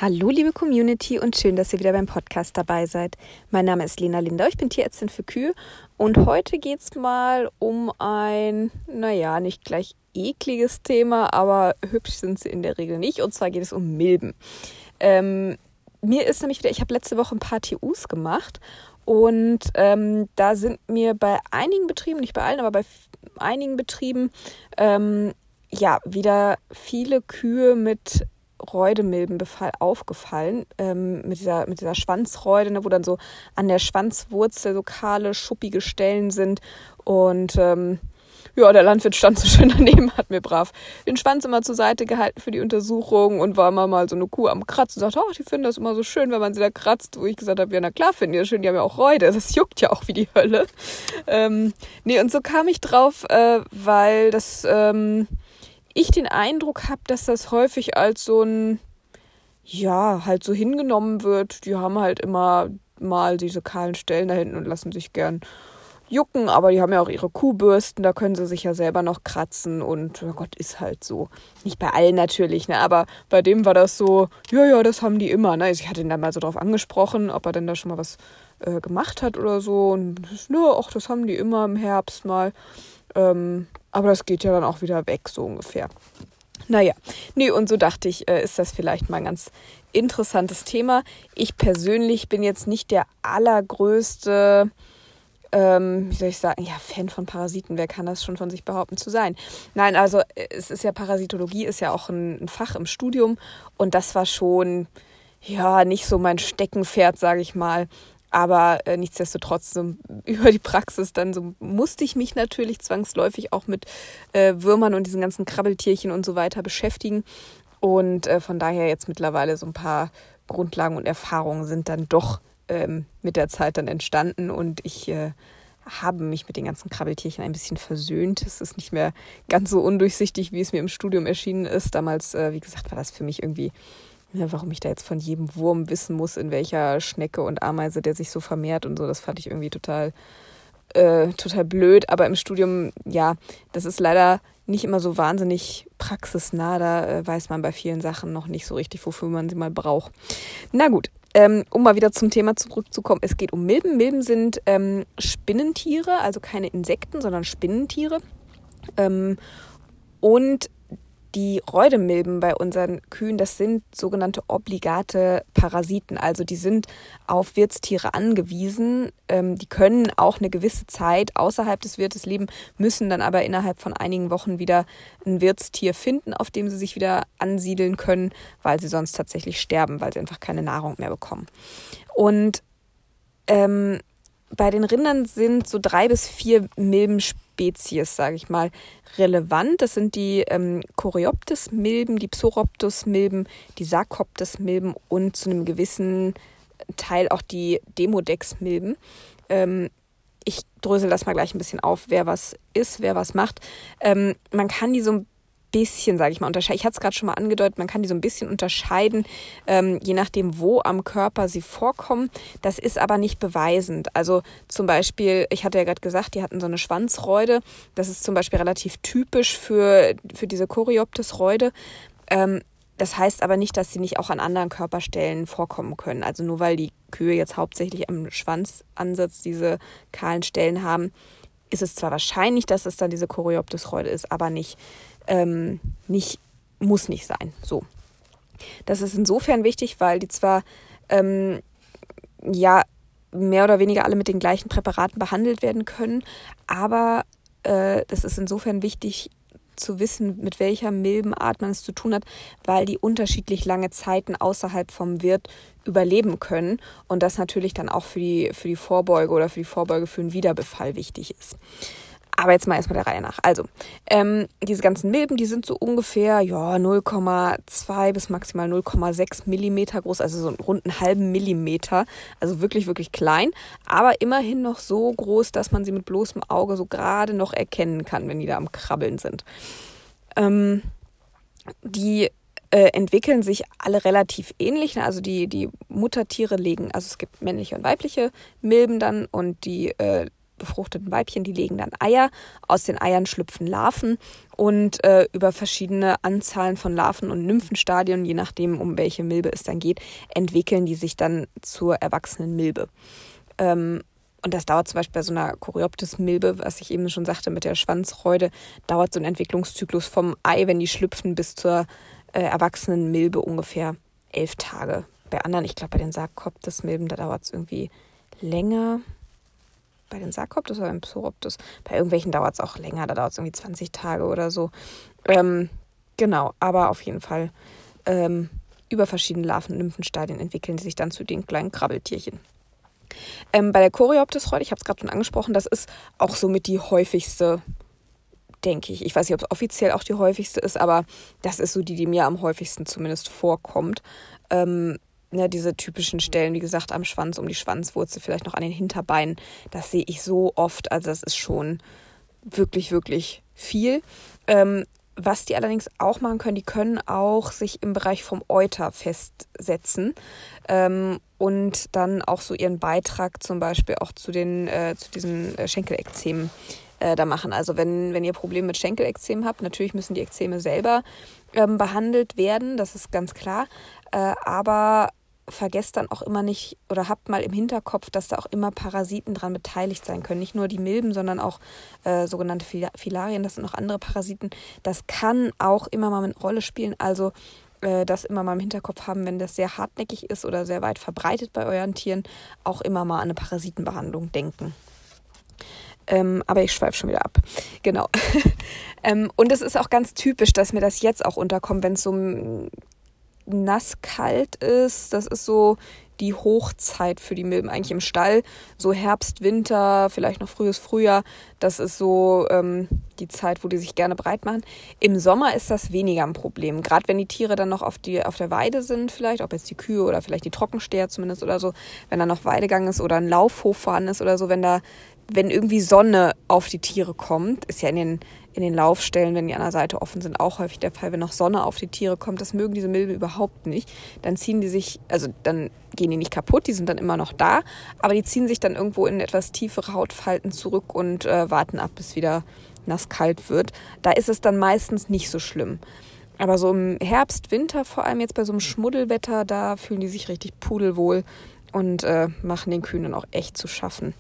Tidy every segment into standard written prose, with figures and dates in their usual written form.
Hallo liebe Community und schön, dass ihr wieder beim Podcast dabei seid. Mein Name ist Lena Lindau, ich bin Tierärztin für Kühe und heute geht es mal um ein, nicht gleich ekliges Thema, aber hübsch sind sie in der Regel nicht, und zwar geht es um Milben. Mir ist nämlich wieder, ich habe letzte Woche ein paar TUs gemacht und da sind mir bei einigen Betrieben, nicht bei allen, aber bei einigen Betrieben wieder viele Kühe mit Räudemilbenbefall aufgefallen, mit dieser Schwanzräude, wo dann so an der Schwanzwurzel so kahle, schuppige Stellen sind. Und der Landwirt stand so schön daneben, hat mir brav den Schwanz immer zur Seite gehalten für die Untersuchung und war immer mal so eine Kuh am Kratzen und sagte, die finden das immer so schön, wenn man sie da kratzt, wo ich gesagt habe, ja na klar finden die das schön, die haben ja auch Räude, das juckt ja auch wie die Hölle. Und so kam ich drauf, weil das ich den Eindruck habe, dass das häufig als so ein, halt so hingenommen wird. Die haben halt immer mal diese kahlen Stellen da hinten und lassen sich gern jucken, aber die haben ja auch ihre Kuhbürsten, da können sie sich ja selber noch kratzen und, oh Gott, ist halt so. Nicht bei allen natürlich, ne, aber bei dem war das so, das haben die immer, ne. Ich hatte ihn dann mal so drauf angesprochen, ob er denn da schon mal was gemacht hat oder so und das haben die immer im Herbst mal. Aber das geht ja dann auch wieder weg, so ungefähr. Und so dachte ich, ist das vielleicht mal ein ganz interessantes Thema. Ich persönlich bin jetzt nicht der allergrößte, Fan von Parasiten. Wer kann das schon von sich behaupten zu sein? Nein, also es ist ja, Parasitologie ist ja auch ein Fach im Studium und das war schon, nicht so mein Steckenpferd, sage ich mal. Aber nichtsdestotrotz, so über die Praxis dann so musste ich mich natürlich zwangsläufig auch mit Würmern und diesen ganzen Krabbeltierchen und so weiter beschäftigen. Und von daher jetzt mittlerweile so ein paar Grundlagen und Erfahrungen sind dann doch mit der Zeit dann entstanden. Und ich habe mich mit den ganzen Krabbeltierchen ein bisschen versöhnt. Es ist nicht mehr ganz so undurchsichtig, wie es mir im Studium erschienen ist. Damals, wie gesagt, war das für mich irgendwie... warum ich da jetzt von jedem Wurm wissen muss, in welcher Schnecke und Ameise der sich so vermehrt und so, das fand ich irgendwie total blöd. Aber im Studium, das ist leider nicht immer so wahnsinnig praxisnah. Da weiß man bei vielen Sachen noch nicht so richtig, wofür man sie mal braucht. Na gut, um mal wieder zum Thema zurückzukommen. Es geht um Milben. Milben sind Spinnentiere, also keine Insekten, sondern Spinnentiere. Und die Räudemilben bei unseren Kühen, das sind sogenannte obligate Parasiten. Also die sind auf Wirtstiere angewiesen. Die können auch eine gewisse Zeit außerhalb des Wirtes leben, müssen dann aber innerhalb von einigen Wochen wieder ein Wirtstier finden, auf dem sie sich wieder ansiedeln können, weil sie sonst tatsächlich sterben, weil sie einfach keine Nahrung mehr bekommen. Und bei den Rindern sind so 3 bis 4 Milbenspezies, sage ich mal, relevant. Das sind die Coreoptes-Milben, die Psoroptus-Milben, die Sarcoptes-Milben und zu einem gewissen Teil auch die Demodex-Milben. Ich drösel das mal gleich ein bisschen auf, wer was ist, wer was macht. Man kann die so ein bisschen, sage ich mal, unterscheiden. Ich hatte es gerade schon mal angedeutet, man kann die so ein bisschen unterscheiden, je nachdem, wo am Körper sie vorkommen. Das ist aber nicht beweisend. Also zum Beispiel, ich hatte ja gerade gesagt, die hatten so eine Schwanzräude. Das ist zum Beispiel relativ typisch für diese Coreoptes-Räude. Das heißt aber nicht, dass sie nicht auch an anderen Körperstellen vorkommen können. Also nur weil die Kühe jetzt hauptsächlich am Schwanzansatz diese kahlen Stellen haben, ist es zwar wahrscheinlich, dass es dann diese Coreoptes-Räude ist, aber muss nicht sein. So. Das ist insofern wichtig, weil die zwar mehr oder weniger alle mit den gleichen Präparaten behandelt werden können, aber das ist insofern wichtig zu wissen, mit welcher Milbenart man es zu tun hat, weil die unterschiedlich lange Zeiten außerhalb vom Wirt überleben können und das natürlich dann auch für die Vorbeuge oder für die Vorbeuge für einen Wiederbefall wichtig ist. Aber jetzt mal erstmal der Reihe nach. Also, diese ganzen Milben, die sind so ungefähr 0,2 bis maximal 0,6 Millimeter groß, also so rund einen halben Millimeter. Also wirklich, wirklich klein, aber immerhin noch so groß, dass man sie mit bloßem Auge so gerade noch erkennen kann, wenn die da am Krabbeln sind. Die entwickeln sich alle relativ ähnlich. Also die Muttertiere legen, also es gibt männliche und weibliche Milben dann und die befruchteten Weibchen, die legen dann Eier. Aus den Eiern schlüpfen Larven und über verschiedene Anzahlen von Larven- und Nymphenstadien, je nachdem, um welche Milbe es dann geht, entwickeln die sich dann zur erwachsenen Milbe. Und das dauert zum Beispiel bei so einer Coreoptis-Milbe, was ich eben schon sagte mit der Schwanzreude, dauert so ein Entwicklungszyklus vom Ei, wenn die schlüpfen, bis zur erwachsenen Milbe ungefähr 11 Tage. Bei anderen, ich glaube bei den Sarcoptes-Milben, da dauert es irgendwie länger. Bei den Sarcoptes oder beim Psoroptes, bei irgendwelchen dauert es auch länger, da dauert es irgendwie 20 Tage oder so. Genau, aber auf jeden Fall über verschiedene Larven- und Nymphenstadien entwickeln sie sich dann zu den kleinen Krabbeltierchen. Bei der Coreoptis-Reude, ich habe es gerade schon angesprochen, das ist auch somit die häufigste, denke ich. Ich weiß nicht, ob es offiziell auch die häufigste ist, aber das ist so die mir am häufigsten zumindest vorkommt. Diese typischen Stellen, wie gesagt, am Schwanz, um die Schwanzwurzel, vielleicht noch an den Hinterbeinen, das sehe ich so oft. Also das ist schon wirklich, wirklich viel. Was die allerdings auch machen können, die können auch sich im Bereich vom Euter festsetzen und dann auch so ihren Beitrag zum Beispiel auch zu diesen Schenkelekzemen da machen. Also wenn ihr Probleme mit Schenkelekzemen habt, natürlich müssen die Ekzeme selber behandelt werden, das ist ganz klar, aber vergesst dann auch immer nicht oder habt mal im Hinterkopf, dass da auch immer Parasiten dran beteiligt sein können. Nicht nur die Milben, sondern auch sogenannte Filarien, das sind noch andere Parasiten. Das kann auch immer mal eine Rolle spielen. Also das immer mal im Hinterkopf haben, wenn das sehr hartnäckig ist oder sehr weit verbreitet bei euren Tieren, auch immer mal an eine Parasitenbehandlung denken. Aber ich schweife schon wieder ab. Genau. Und es ist auch ganz typisch, dass mir das jetzt auch unterkommt, wenn es so nass kalt ist. Das ist so die Hochzeit für die Milben eigentlich im Stall. So Herbst, Winter, vielleicht noch frühes Frühjahr. Das ist so die Zeit, wo die sich gerne breit machen. Im Sommer ist das weniger ein Problem. Gerade wenn die Tiere dann noch auf der Weide sind vielleicht, ob jetzt die Kühe oder vielleicht die Trockensteher zumindest oder so, wenn da noch Weidegang ist oder ein Laufhof vorhanden ist oder so, wenn irgendwie Sonne auf die Tiere kommt, ist ja in den Laufstellen, wenn die an der Seite offen sind, auch häufig der Fall, wenn noch Sonne auf die Tiere kommt, das mögen diese Milben überhaupt nicht. Dann ziehen die sich, also dann gehen die nicht kaputt, die sind dann immer noch da, aber die ziehen sich dann irgendwo in etwas tiefere Hautfalten zurück und warten ab, bis wieder nass-kalt wird. Da ist es dann meistens nicht so schlimm. Aber so im Herbst, Winter, vor allem jetzt bei so einem Schmuddelwetter, da fühlen die sich richtig pudelwohl und machen den Kühen dann auch echt zu schaffen.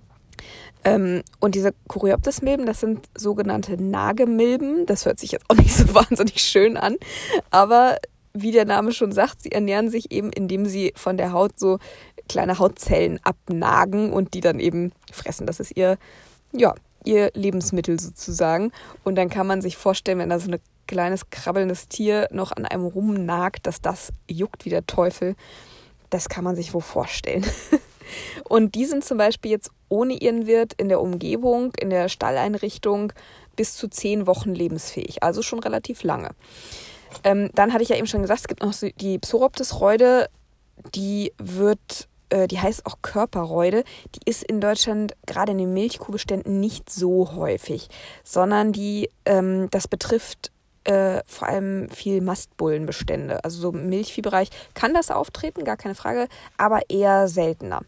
Und diese Coreoptis-Milben, das sind sogenannte Nagemilben. Das hört sich jetzt auch nicht so wahnsinnig schön an, aber wie der Name schon sagt, sie ernähren sich eben, indem sie von der Haut so kleine Hautzellen abnagen und die dann eben fressen. Das ist ihr Lebensmittel sozusagen. Und dann kann man sich vorstellen, wenn da so ein kleines krabbelndes Tier noch an einem rumnagt, dass das juckt wie der Teufel. Das kann man sich wohl vorstellen. Und die sind zum Beispiel jetzt ohne ihren Wirt in der Umgebung, in der Stalleinrichtung bis zu 10 Wochen lebensfähig. Also schon relativ lange. Dann hatte ich ja eben schon gesagt, es gibt noch die Psoroptis-Reude, die heißt auch Körperreude. Die ist in Deutschland gerade in den Milchkuhbeständen nicht so häufig, sondern das betrifft vor allem viel Mastbullenbestände. Also so im Milchviehbereich kann das auftreten, gar keine Frage, aber eher seltener.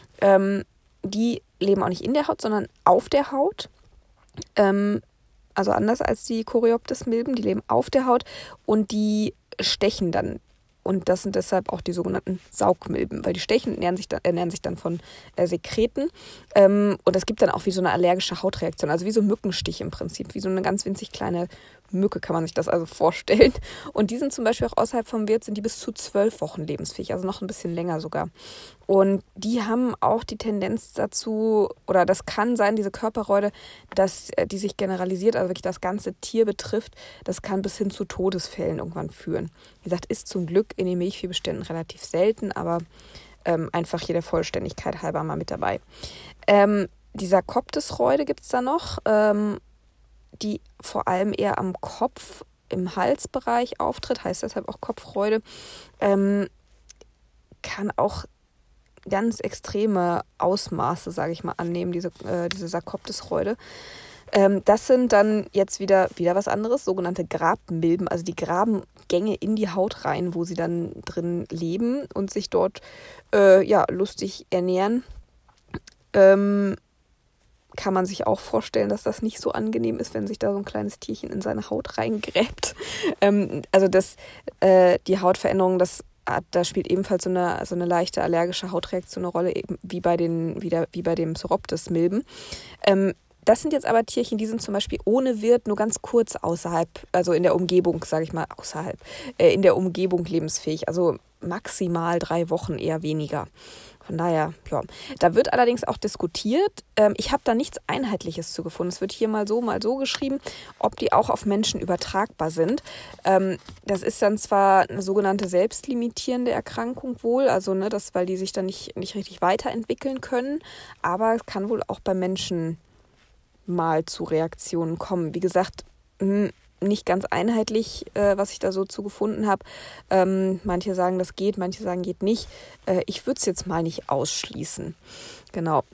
Die leben auch nicht in der Haut, sondern auf der Haut. Also anders als die Coreoptis-Milben, die leben auf der Haut und die stechen dann. Und das sind deshalb auch die sogenannten Saugmilben, weil die stechen ernähren sich dann von Sekreten. Und das gibt dann auch wie so eine allergische Hautreaktion, also wie so Mückenstich im Prinzip, wie so eine ganz winzig kleine Mücke kann man sich das also vorstellen. Und die sind zum Beispiel auch außerhalb vom Wirt, sind die bis zu 12 Wochen lebensfähig, also noch ein bisschen länger sogar. Und die haben auch die Tendenz dazu, oder das kann sein, diese Körperreude, dass die sich generalisiert, also wirklich das ganze Tier betrifft, das kann bis hin zu Todesfällen irgendwann führen. Wie gesagt, ist zum Glück in den Milchviehbeständen relativ selten, aber einfach hier der Vollständigkeit halber mal mit dabei. Die Sarcoptes-Reude gibt es da noch, die vor allem eher am Kopf, im Halsbereich auftritt, heißt deshalb auch Kopfreude, kann auch ganz extreme Ausmaße, sage ich mal, annehmen, diese Sarcoptes-Reude. Das sind dann jetzt wieder was anderes, sogenannte Grabmilben. Also die graben Gänge in die Haut rein, wo sie dann drin leben und sich dort lustig ernähren. kann man sich auch vorstellen, dass das nicht so angenehm ist, wenn sich da so ein kleines Tierchen in seine Haut reingräbt. Also die Hautveränderung, da spielt ebenfalls so eine leichte allergische Hautreaktion eine Rolle, eben wie bei dem Psoroptis-Milben. Das sind jetzt aber Tierchen, die sind zum Beispiel ohne Wirt nur ganz kurz außerhalb, also in der Umgebung, sage ich mal, in der Umgebung lebensfähig. Also maximal 3 Wochen, eher weniger. Von daher, ja. Da wird allerdings auch diskutiert. Ich habe da nichts Einheitliches zu gefunden. Es wird hier mal so geschrieben, ob die auch auf Menschen übertragbar sind. Das ist dann zwar eine sogenannte selbstlimitierende Erkrankung wohl, also weil die sich dann nicht richtig weiterentwickeln können, aber es kann wohl auch bei Menschen mal zu Reaktionen kommen. Wie gesagt, nicht ganz einheitlich, was ich da so zu gefunden habe. Manche sagen, das geht, manche sagen, geht nicht. Ich würde es jetzt mal nicht ausschließen. Genau.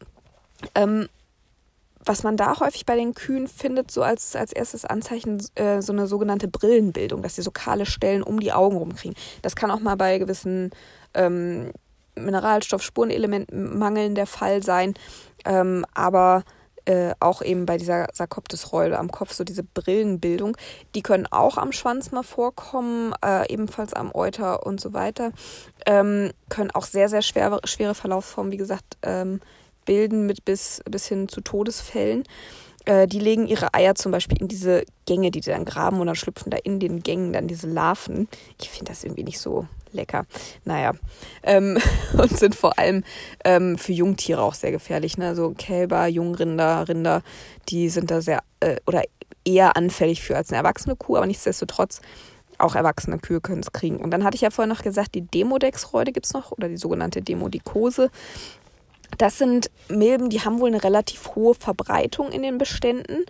Was man da häufig bei den Kühen findet, so als erstes Anzeichen, so eine sogenannte Brillenbildung, dass sie so kahle Stellen um die Augen rumkriegen. Das kann auch mal bei gewissen Mineralstoff-Spurenelementmangeln der Fall sein, aber auch eben bei dieser Sarkoptes-Reude am Kopf, so diese Brillenbildung, die können auch am Schwanz mal vorkommen, ebenfalls am Euter und so weiter, können auch sehr, sehr schwere Verlaufsformen, wie gesagt, bilden mit bis hin zu Todesfällen. Die legen ihre Eier zum Beispiel in diese Gänge, die dann graben, und dann schlüpfen da in den Gängen dann diese Larven. Ich finde das irgendwie nicht so lecker. Naja, und sind vor allem für Jungtiere auch sehr gefährlich. Ne? So Kälber, Rinder, die sind da sehr oder eher anfällig für als eine erwachsene Kuh, aber nichtsdestotrotz auch erwachsene Kühe können es kriegen. Und dann hatte ich ja vorhin noch gesagt, die Demodex-Reude gibt es noch, oder die sogenannte Demodikose. Das sind Milben, die haben wohl eine relativ hohe Verbreitung in den Beständen.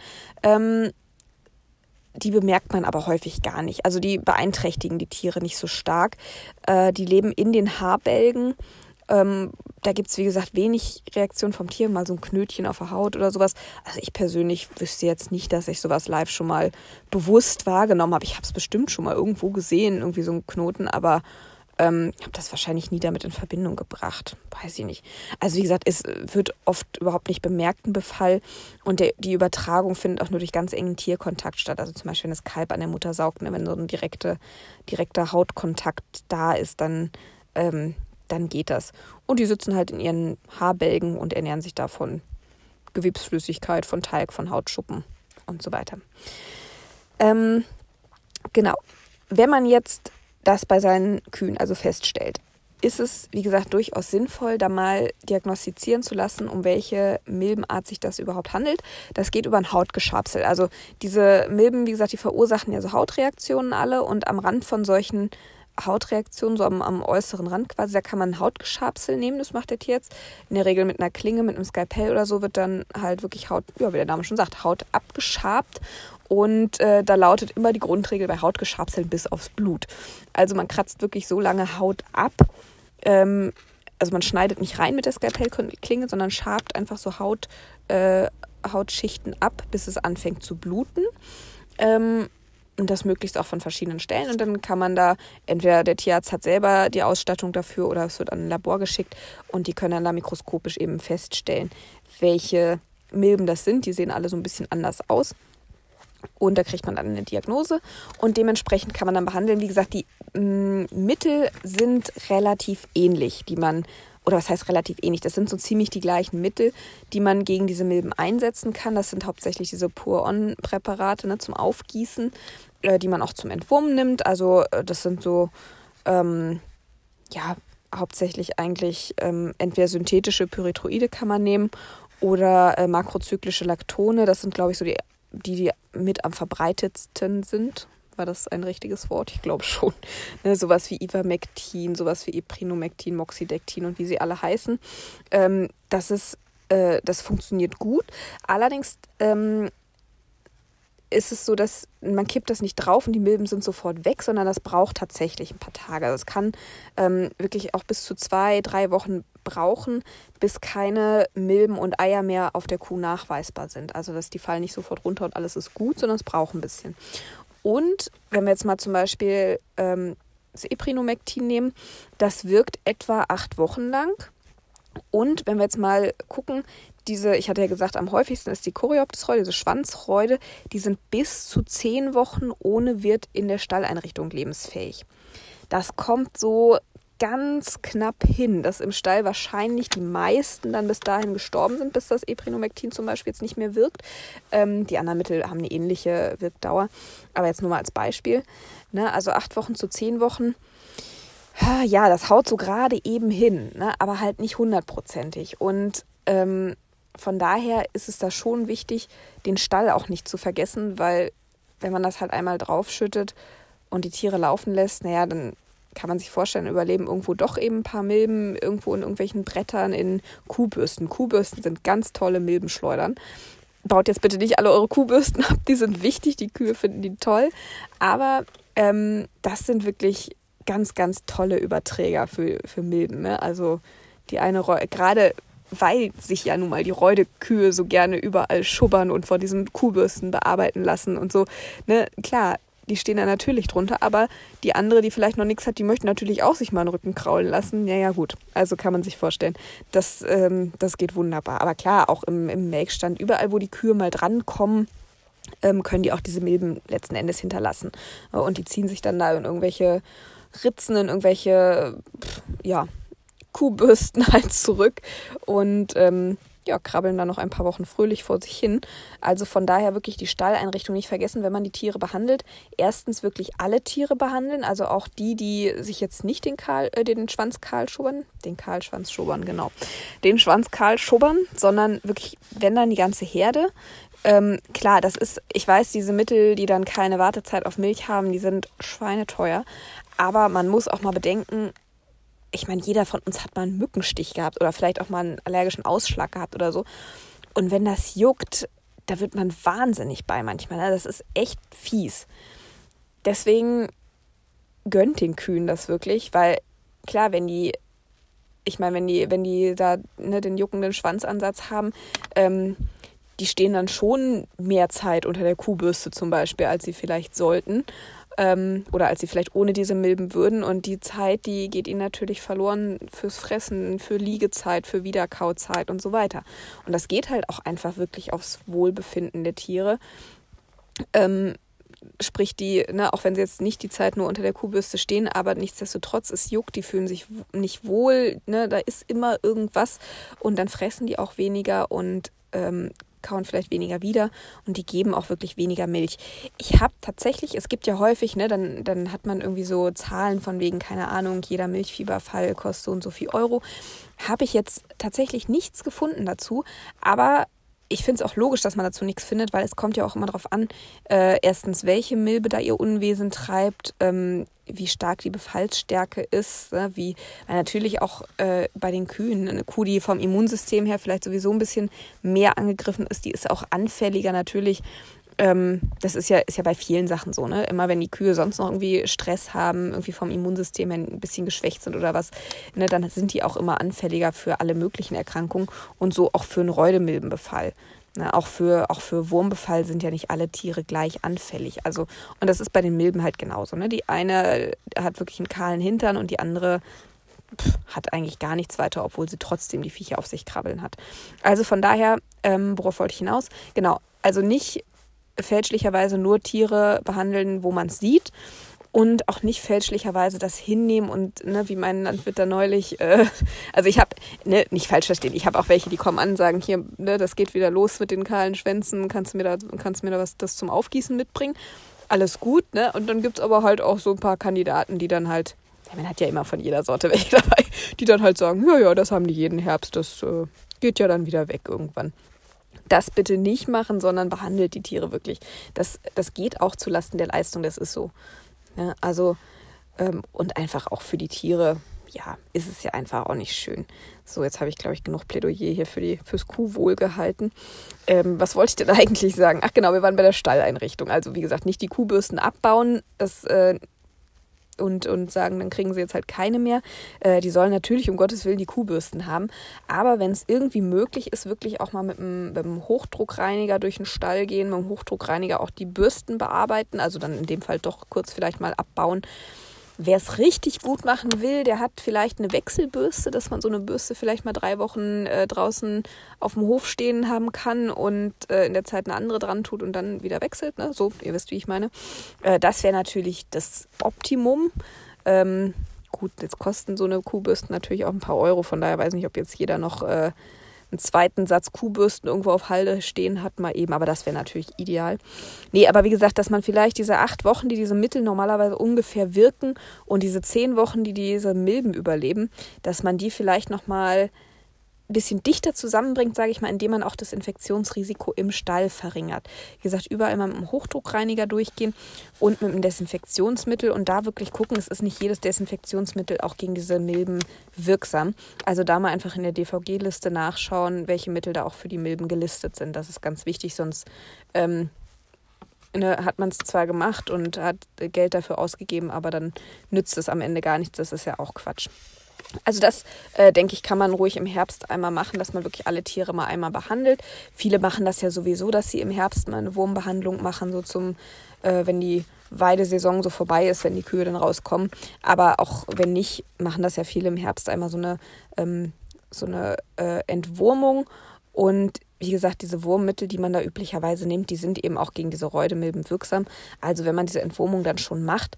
Die bemerkt man aber häufig gar nicht. Also die beeinträchtigen die Tiere nicht so stark. Die leben in den Haarbälgen. Da gibt es, wie gesagt, wenig Reaktion vom Tier, mal so ein Knötchen auf der Haut oder sowas. Also ich persönlich wüsste jetzt nicht, dass ich sowas live schon mal bewusst wahrgenommen habe. Ich habe es bestimmt schon mal irgendwo gesehen, irgendwie so ein Knoten, aber habe das wahrscheinlich nie damit in Verbindung gebracht. Weiß ich nicht. Also wie gesagt, es wird oft überhaupt nicht bemerkt, ein Befall. Und die Übertragung findet auch nur durch ganz engen Tierkontakt statt. Also zum Beispiel, wenn das Kalb an der Mutter saugt, wenn so ein direkter Hautkontakt da ist, dann geht das. Und die sitzen halt in ihren Haarbälgen und ernähren sich da von Gewebsflüssigkeit, von Talg, von Hautschuppen und so weiter. Genau. Wenn man jetzt das bei seinen Kühen also feststellt, ist es, wie gesagt, durchaus sinnvoll, da mal diagnostizieren zu lassen, um welche Milbenart sich das überhaupt handelt. Das geht über ein Hautgeschabsel. Also diese Milben, wie gesagt, die verursachen ja so Hautreaktionen alle, und am Rand von solchen Hautreaktionen, so am äußeren Rand quasi, da kann man ein Hautgeschabsel nehmen, das macht der Tierarzt. In der Regel mit einer Klinge, mit einem Skalpell oder so, wird dann halt wirklich Haut, ja, wie der Name schon sagt, Haut abgeschabt. Und da lautet immer die Grundregel bei Hautgeschabseln bis aufs Blut. Also man kratzt wirklich so lange Haut ab. Also man schneidet nicht rein mit der Skalpellklinge, sondern schabt einfach so Hautschichten ab, bis es anfängt zu bluten. Und das möglichst auch von verschiedenen Stellen. Und dann kann man da, entweder der Tierarzt hat selber die Ausstattung dafür oder es wird an ein Labor geschickt, und die können dann da mikroskopisch eben feststellen, welche Milben das sind. Die sehen alle so ein bisschen anders aus. Und da kriegt man dann eine Diagnose und dementsprechend kann man dann behandeln. Wie gesagt, die Mittel sind relativ ähnlich, oder was heißt relativ ähnlich? Das sind so ziemlich die gleichen Mittel, die man gegen diese Milben einsetzen kann. Das sind hauptsächlich diese Pour-On-Präparate, zum Aufgießen, die man auch zum Entwurmen nimmt. Also das sind so, hauptsächlich eigentlich entweder synthetische Pyrethroide kann man nehmen oder makrozyklische Lactone. Das sind, glaube ich, so die mit am verbreitetsten sind. War das ein richtiges Wort? Ich glaube schon. Ne, sowas wie Ivermectin, sowas wie Eprinomectin, Moxidectin und wie sie alle heißen. Das funktioniert gut. Allerdings ist es so, dass man kippt das nicht drauf und die Milben sind sofort weg, sondern das braucht tatsächlich ein paar Tage. Also es kann wirklich auch bis zu 2-3 Wochen brauchen, bis keine Milben und Eier mehr auf der Kuh nachweisbar sind. Also dass die fallen nicht sofort runter und alles ist gut, sondern es braucht ein bisschen. Und wenn wir jetzt mal zum Beispiel das Eprinomectin nehmen, das wirkt etwa 8 Wochen lang. Und wenn wir jetzt mal gucken, ich hatte ja gesagt, am häufigsten ist die Coreoptis-Reude, diese Schwanzreude, die sind bis zu 10 Wochen ohne Wirt in der Stalleinrichtung lebensfähig. Das kommt so ganz knapp hin, dass im Stall wahrscheinlich die meisten dann bis dahin gestorben sind, bis das Eprinomectin zum Beispiel jetzt nicht mehr wirkt. Die anderen Mittel haben eine ähnliche Wirkdauer, aber jetzt nur mal als Beispiel. Ne? Also 8 Wochen zu 10 Wochen, ja, das haut so gerade eben hin, ne? Aber halt nicht 100%. Und von daher ist es da schon wichtig, den Stall auch nicht zu vergessen, weil wenn man das halt einmal draufschüttet und die Tiere laufen lässt, naja, dann kann man sich vorstellen, überleben irgendwo doch eben ein paar Milben, irgendwo in irgendwelchen Brettern, in Kuhbürsten. Kuhbürsten sind ganz tolle Milbenschleudern. Baut jetzt bitte nicht alle eure Kuhbürsten ab, die sind wichtig, die Kühe finden die toll. Aber das sind wirklich ganz, ganz tolle Überträger für Milben. Ne? Also die eine gerade weil sich ja nun mal die Reudekühe so gerne überall schubbern und vor diesen Kuhbürsten bearbeiten lassen und so. Ne? Klar, die stehen da natürlich drunter, aber die andere, die vielleicht noch nichts hat, die möchte natürlich auch sich mal den Rücken kraulen lassen. Ja, gut, also kann man sich vorstellen, das geht wunderbar. Aber klar, auch im Melkstand, überall, wo die Kühe mal drankommen, können die auch diese Milben letzten Endes hinterlassen. Und die ziehen sich dann da in irgendwelche Ritzen, in irgendwelche, Kuhbürsten halt zurück und krabbeln dann noch ein paar Wochen fröhlich vor sich hin. Also von daher wirklich die Stalleinrichtung nicht vergessen, wenn man die Tiere behandelt. Erstens wirklich alle Tiere behandeln, also auch die sich jetzt nicht den Schwanz kahl schubbern, sondern wirklich, wenn dann die ganze Herde. Klar, ich weiß, diese Mittel, die dann keine Wartezeit auf Milch haben, die sind schweineteuer. Aber man muss auch mal bedenken, ich meine, jeder von uns hat mal einen Mückenstich gehabt oder vielleicht auch mal einen allergischen Ausschlag gehabt oder so. Und wenn das juckt, da wird man wahnsinnig bei manchmal. Ne? Das ist echt fies. Deswegen gönnt den Kühen das wirklich, weil klar, wenn die da den juckenden Schwanzansatz haben, die stehen dann schon mehr Zeit unter der Kuhbürste zum Beispiel, als sie vielleicht sollten. Oder als sie vielleicht ohne diese Milben würden. Und die Zeit, die geht ihnen natürlich verloren fürs Fressen, für Liegezeit, für Wiederkauzeit und so weiter. Und das geht halt auch einfach wirklich aufs Wohlbefinden der Tiere. Sprich, auch wenn sie jetzt nicht die Zeit nur unter der Kuhbürste stehen, aber nichtsdestotrotz, es juckt, die fühlen sich nicht wohl, ne? Da ist immer irgendwas und dann fressen die auch weniger und kauen vielleicht weniger wieder und die geben auch wirklich weniger Milch. Ich habe tatsächlich, es gibt ja häufig, ne, dann hat man irgendwie so Zahlen von wegen, keine Ahnung, jeder Milchfieberfall kostet so und so viel Euro. Habe ich jetzt tatsächlich nichts gefunden dazu, aber ich finde es auch logisch, dass man dazu nichts findet, weil es kommt ja auch immer darauf an, erstens, welche Milbe da ihr Unwesen treibt, wie stark die Befallsstärke ist, ne? Weil natürlich auch bei den Kühen, eine Kuh, die vom Immunsystem her vielleicht sowieso ein bisschen mehr angegriffen ist, die ist auch anfälliger natürlich. Das ist ja bei vielen Sachen so, ne? Immer wenn die Kühe sonst noch irgendwie Stress haben, irgendwie vom Immunsystem her ein bisschen geschwächt sind oder was, ne, dann sind die auch immer anfälliger für alle möglichen Erkrankungen und so auch für einen Reudemilbenbefall. Ne? Auch für Wurmbefall sind ja nicht alle Tiere gleich anfällig. Also, und das ist bei den Milben halt genauso. Ne? Die eine hat wirklich einen kahlen Hintern und die andere hat eigentlich gar nichts weiter, obwohl sie trotzdem die Viecher auf sich krabbeln hat. Also von daher, worauf wollte ich hinaus? Genau, also nicht fälschlicherweise nur Tiere behandeln, wo man es sieht und auch nicht fälschlicherweise das hinnehmen und, ne, wie mein Landwirt da neulich, also ich habe, ne, nicht falsch verstehen, ich habe auch welche, die kommen an und sagen, hier, ne, das geht wieder los mit den kahlen Schwänzen, kannst du mir da das zum Aufgießen mitbringen? Alles gut, ne? Und dann gibt's aber halt auch so ein paar Kandidaten, die dann halt, man hat ja immer von jeder Sorte welche dabei, die dann halt sagen, ja, das haben die jeden Herbst, das geht ja dann wieder weg irgendwann. Das bitte nicht machen, sondern behandelt die Tiere wirklich. Das geht auch zulasten der Leistung, das ist so. Ja, also, und einfach auch für die Tiere, ja, ist es ja einfach auch nicht schön. So, jetzt habe ich, glaube ich, genug Plädoyer hier fürs Kuhwohl gehalten. Was wollte ich denn eigentlich sagen? Ach genau, wir waren bei der Stalleinrichtung. Also, wie gesagt, nicht die Kuhbürsten abbauen, und sagen, dann kriegen sie jetzt halt keine mehr. Die sollen natürlich um Gottes Willen die Kuhbürsten haben. Aber wenn es irgendwie möglich ist, wirklich auch mal mit einem Hochdruckreiniger durch den Stall gehen, mit dem Hochdruckreiniger auch die Bürsten bearbeiten, also dann in dem Fall doch kurz vielleicht mal abbauen. Wer es richtig gut machen will, der hat vielleicht eine Wechselbürste, dass man so eine Bürste vielleicht mal 3 Wochen draußen auf dem Hof stehen haben kann und in der Zeit eine andere dran tut und dann wieder wechselt. Ne? So, ihr wisst, wie ich meine. Das wäre natürlich das Optimum. Gut, jetzt kosten so eine Kuhbürsten natürlich auch ein paar Euro, von daher weiß ich nicht, ob jetzt jeder noch einen zweiten Satz Kuhbürsten irgendwo auf Halde stehen hat, mal eben, aber das wäre natürlich ideal. Nee, aber wie gesagt, dass man vielleicht diese 8 Wochen, die diese Mittel normalerweise ungefähr wirken und diese 10 Wochen, die diese Milben überleben, dass man die vielleicht nochmal ein bisschen dichter zusammenbringt, sage ich mal, indem man auch das Infektionsrisiko im Stall verringert. Wie gesagt, überall mal mit einem Hochdruckreiniger durchgehen und mit einem Desinfektionsmittel und da wirklich gucken, es ist nicht jedes Desinfektionsmittel auch gegen diese Milben wirksam. Also da mal einfach in der DVG-Liste nachschauen, welche Mittel da auch für die Milben gelistet sind. Das ist ganz wichtig, sonst hat man es zwar gemacht und hat Geld dafür ausgegeben, aber dann nützt es am Ende gar nichts. Das ist ja auch Quatsch. Also das, denke ich, kann man ruhig im Herbst einmal machen, dass man wirklich alle Tiere mal einmal behandelt. Viele machen das ja sowieso, dass sie im Herbst mal eine Wurmbehandlung machen, so wenn die Weidesaison so vorbei ist, wenn die Kühe dann rauskommen. Aber auch wenn nicht, machen das ja viele im Herbst einmal so eine Entwurmung. Und wie gesagt, diese Wurmmittel, die man da üblicherweise nimmt, die sind eben auch gegen diese Räudemilben wirksam. Also wenn man diese Entwurmung dann schon macht,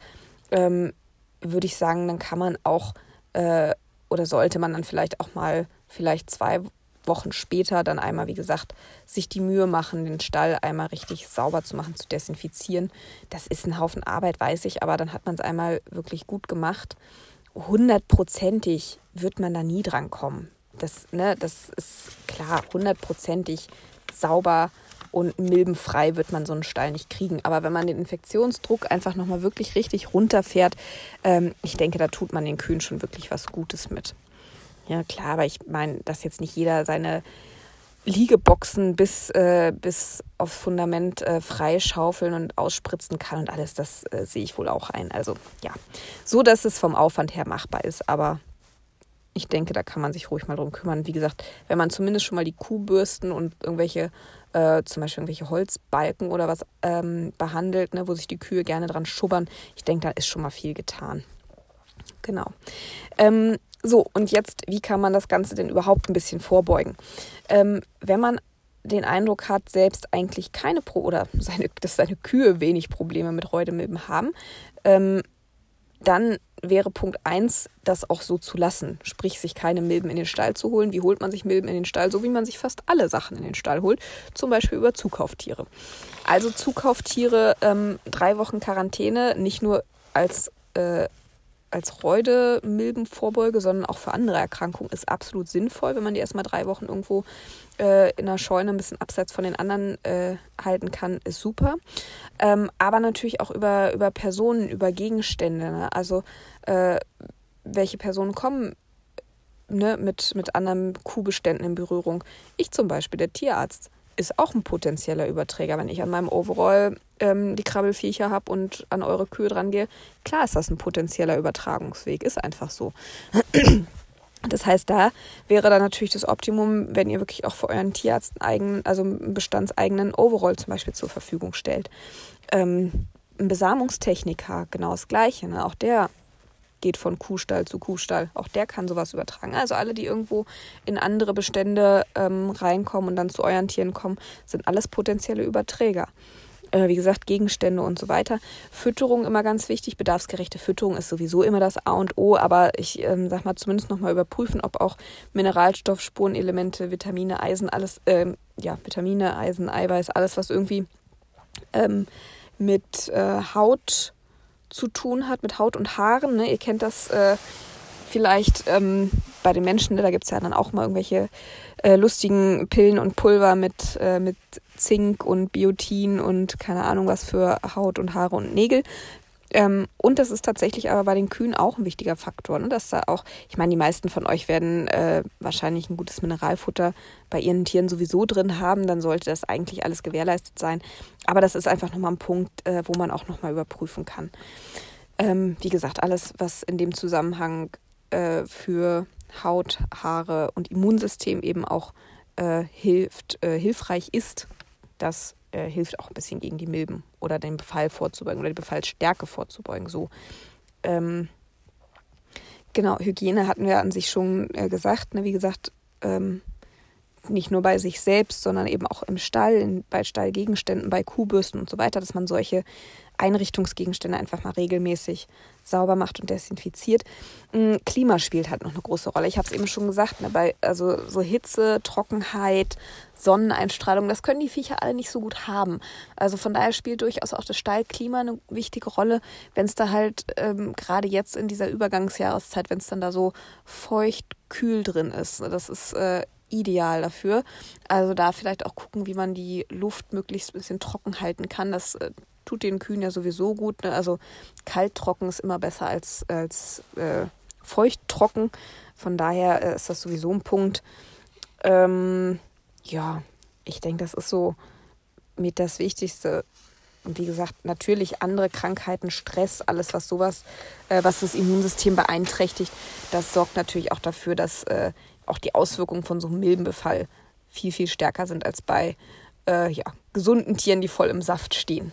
würde ich sagen, dann kann man auch oder sollte man dann vielleicht auch mal 2 Wochen später dann einmal, wie gesagt, sich die Mühe machen, den Stall einmal richtig sauber zu machen, zu desinfizieren. Das ist ein Haufen Arbeit, weiß ich, aber dann hat man es einmal wirklich gut gemacht. 100%ig wird man da nie dran kommen. Das ist klar, 100%ig sauber und milbenfrei wird man so einen Stall nicht kriegen. Aber wenn man den Infektionsdruck einfach nochmal wirklich richtig runterfährt, ich denke, da tut man den Kühen schon wirklich was Gutes mit. Ja, klar, aber ich meine, dass jetzt nicht jeder seine Liegeboxen bis aufs Fundament freischaufeln und ausspritzen kann und alles, das sehe ich wohl auch ein. Also ja, so, dass es vom Aufwand her machbar ist, aber ich denke, da kann man sich ruhig mal drum kümmern. Wie gesagt, wenn man zumindest schon mal die Kuhbürsten und irgendwelche, zum Beispiel irgendwelche Holzbalken oder was behandelt, ne, wo sich die Kühe gerne dran schubbern, ich denke, da ist schon mal viel getan. Genau. So, und jetzt, wie kann man das Ganze denn überhaupt ein bisschen vorbeugen? Wenn man den Eindruck hat, selbst eigentlich keine dass seine Kühe wenig Probleme mit Räudemilben haben, dann wäre Punkt 1, das auch so zu lassen. Sprich, sich keine Milben in den Stall zu holen. Wie holt man sich Milben in den Stall? So wie man sich fast alle Sachen in den Stall holt. Zum Beispiel über Zukauftiere. Also Zukauftiere, 3 Wochen Quarantäne, nicht nur als Räudemilbenvorbeuge, sondern auch für andere Erkrankungen ist absolut sinnvoll, wenn man die erstmal 3 Wochen irgendwo in einer Scheune ein bisschen abseits von den anderen halten kann, ist super. Aber natürlich auch über Personen, über Gegenstände. Ne? Also welche Personen kommen mit anderen Kuhbeständen in Berührung? Ich zum Beispiel, der Tierarzt, ist auch ein potenzieller Überträger. Wenn ich an meinem Overall die Krabbelfiecher habe und an eure Kühe dran gehe, klar ist das ein potenzieller Übertragungsweg, ist einfach so. Das heißt, da wäre dann natürlich das Optimum, wenn ihr wirklich auch für euren Tierarzt einen bestandseigenen Overall zum Beispiel zur Verfügung stellt. Ein Besamungstechniker, genau das Gleiche. Ne? Auch der geht von Kuhstall zu Kuhstall. Auch der kann sowas übertragen. Also alle, die irgendwo in andere Bestände reinkommen und dann zu euren Tieren kommen, sind alles potenzielle Überträger. Wie gesagt, Gegenstände und so weiter. Fütterung immer ganz wichtig. Bedarfsgerechte Fütterung ist sowieso immer das A und O, aber ich sag mal, zumindest nochmal überprüfen, ob auch Mineralstoff, Spurenelemente, Vitamine, Eisen, alles, Vitamine, Eisen, Eiweiß, alles, was irgendwie mit Haut zu tun hat, mit Haut und Haaren. Ne? Ihr kennt das vielleicht bei den Menschen, ne? Da gibt es ja dann auch mal irgendwelche lustigen Pillen und Pulver mit Zink und Biotin und keine Ahnung was für Haut und Haare und Nägel. Und das ist tatsächlich aber bei den Kühen auch ein wichtiger Faktor, ne? Dass da auch, ich meine, die meisten von euch werden wahrscheinlich ein gutes Mineralfutter bei ihren Tieren sowieso drin haben, dann sollte das eigentlich alles gewährleistet sein. Aber das ist einfach nochmal ein Punkt, wo man auch nochmal überprüfen kann. Wie gesagt, alles, was in dem Zusammenhang für Haut, Haare und Immunsystem eben auch hilfreich ist, das hilft auch ein bisschen gegen die Milben oder den Befall vorzubeugen oder die Befallsstärke vorzubeugen. So Genau, Hygiene hatten wir an sich schon gesagt. Ne? Wie gesagt, nicht nur bei sich selbst, sondern eben auch im Stall, bei Stallgegenständen, bei Kuhbürsten und so weiter, dass man solche Einrichtungsgegenstände einfach mal regelmäßig sauber macht und desinfiziert. Klima spielt halt noch eine große Rolle. Ich habe es eben schon gesagt, ne, also so Hitze, Trockenheit, Sonneneinstrahlung, das können die Viecher alle nicht so gut haben. Also von daher spielt durchaus auch das Stallklima eine wichtige Rolle, wenn es da halt gerade jetzt in dieser Übergangsjahreszeit, wenn es dann da so feucht, kühl drin ist. Das ist ideal dafür. Also da vielleicht auch gucken, wie man die Luft möglichst ein bisschen trocken halten kann. Das tut den Kühen ja sowieso gut. Ne? Also kalttrocken ist immer besser als feuchttrocken. Von daher ist das sowieso ein Punkt. Ja, ich denke, das ist so mit das Wichtigste. Und wie gesagt, natürlich andere Krankheiten, Stress, alles was sowas, was das Immunsystem beeinträchtigt, das sorgt natürlich auch dafür, dass auch die Auswirkungen von so einem Milbenbefall viel, viel stärker sind als bei gesunden Tieren, die voll im Saft stehen.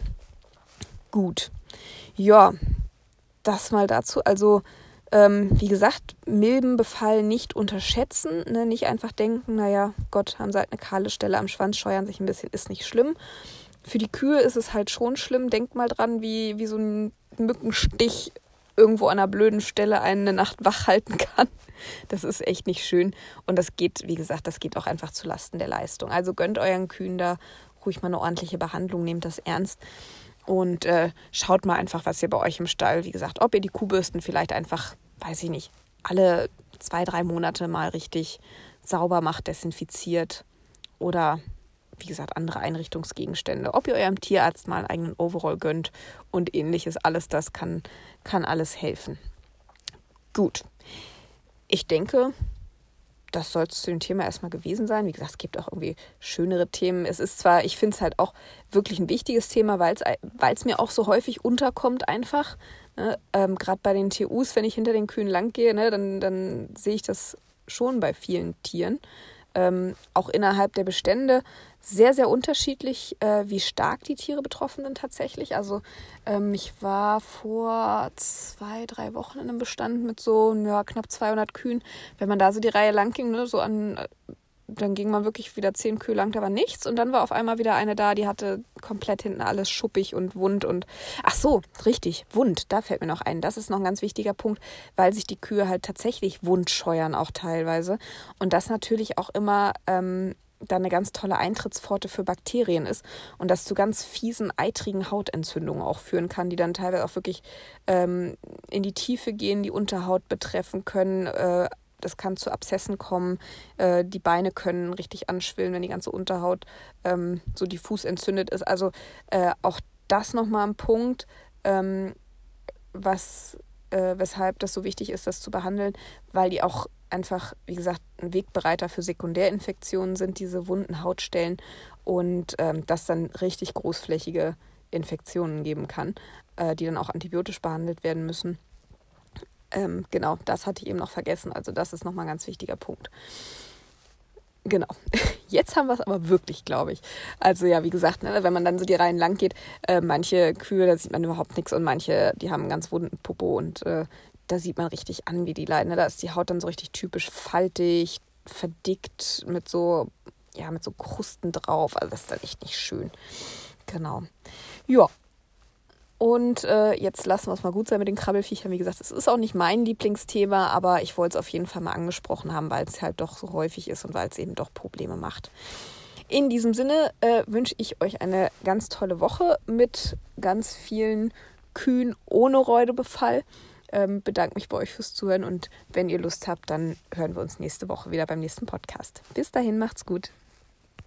Gut, ja, das mal dazu. Also, wie gesagt, Milbenbefall nicht unterschätzen, ne? Nicht einfach denken, naja, Gott, haben sie halt eine kahle Stelle am Schwanz, scheuern sich ein bisschen, ist nicht schlimm. Für die Kühe ist es halt schon schlimm. Denkt mal dran, wie so ein Mückenstich irgendwo an einer blöden Stelle eine Nacht wach halten kann. Das ist echt nicht schön. Und das geht, wie gesagt, das geht auch einfach zulasten der Leistung. Also gönnt euren Kühen da ruhig mal eine ordentliche Behandlung, nehmt das ernst. Und schaut mal einfach, was ihr bei euch im Stall, wie gesagt, ob ihr die Kuhbürsten vielleicht einfach, weiß ich nicht, alle 2-3 Monate mal richtig sauber macht, desinfiziert oder, wie gesagt, andere Einrichtungsgegenstände. Ob ihr eurem Tierarzt mal einen eigenen Overall gönnt und ähnliches, alles das kann alles helfen. Gut, ich denke, das soll es zu dem Thema erstmal gewesen sein. Wie gesagt, es gibt auch irgendwie schönere Themen. Es ist zwar, ich finde es halt auch wirklich ein wichtiges Thema, weil es mir auch so häufig unterkommt einfach. Ne? Gerade bei den TUs, wenn ich hinter den Kühen lang gehe, ne, dann sehe ich das schon bei vielen Tieren. Auch innerhalb der Bestände sehr, sehr unterschiedlich, wie stark die Tiere betroffen sind tatsächlich. Also ich war vor 2-3 Wochen in einem Bestand mit so knapp 200 Kühen. Wenn man da so die Reihe lang ging, ne, dann ging man wirklich wieder 10 Kühe lang, da war nichts. Und dann war auf einmal wieder eine da, die hatte komplett hinten alles schuppig und wund. Und ach so, richtig, wund, da fällt mir noch ein. Das ist noch ein ganz wichtiger Punkt, weil sich die Kühe halt tatsächlich wund scheuern auch teilweise. Und das natürlich auch immer dann eine ganz tolle Eintrittspforte für Bakterien ist und das zu ganz fiesen, eitrigen Hautentzündungen auch führen kann, die dann teilweise auch wirklich in die Tiefe gehen, die Unterhaut betreffen können. Das kann zu Abszessen kommen. Die Beine können richtig anschwillen, wenn die ganze Unterhaut so diffus entzündet ist. Also auch das nochmal ein Punkt, weshalb das so wichtig ist, das zu behandeln, weil die auch einfach, wie gesagt, ein Wegbereiter für Sekundärinfektionen sind, diese wunden Hautstellen und das dann richtig großflächige Infektionen geben kann, die dann auch antibiotisch behandelt werden müssen. Genau, das hatte ich eben noch vergessen. Also das ist nochmal ein ganz wichtiger Punkt. Genau, jetzt haben wir es aber wirklich, glaube ich. Also ja, wie gesagt, ne, wenn man dann so die Reihen lang geht, manche Kühe, da sieht man überhaupt nichts und manche, die haben einen ganz wunden Popo und da sieht man richtig an, wie die leiden. Ne? Da ist die Haut dann so richtig typisch faltig, verdickt mit so Krusten drauf. Also das ist dann echt nicht schön. Genau. Ja. Und jetzt lassen wir es mal gut sein mit den Krabbelfiechern. Wie gesagt, es ist auch nicht mein Lieblingsthema, aber ich wollte es auf jeden Fall mal angesprochen haben, weil es halt doch so häufig ist und weil es eben doch Probleme macht. In diesem Sinne wünsche ich euch eine ganz tolle Woche mit ganz vielen Kühen ohne Räudebefall. Bedanke mich bei euch fürs Zuhören und wenn ihr Lust habt, dann hören wir uns nächste Woche wieder beim nächsten Podcast. Bis dahin, macht's gut.